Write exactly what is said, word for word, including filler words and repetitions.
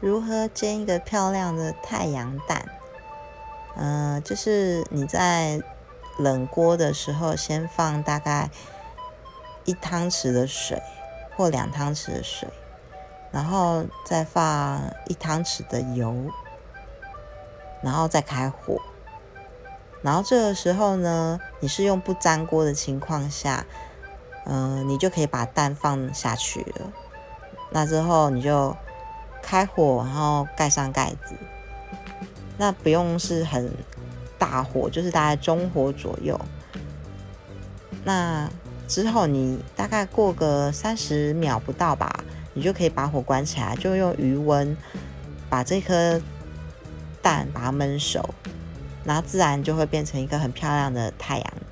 如何煎一个漂亮的太阳蛋？嗯、呃，就是你在冷锅的时候，先放大概一汤匙的水或两汤匙的水，然后再放一汤匙的油，然后再开火。然后这个时候呢，你是用不粘锅的情况下，嗯、呃，你就可以把蛋放下去了。那之后你就开火，然后盖上盖子。那不用是很大火，就是大概中火左右。那之后你大概过个三十秒不到吧，你就可以把火关起来，就用余温把这颗蛋把它焖熟，然后自然就会变成一个很漂亮的太阳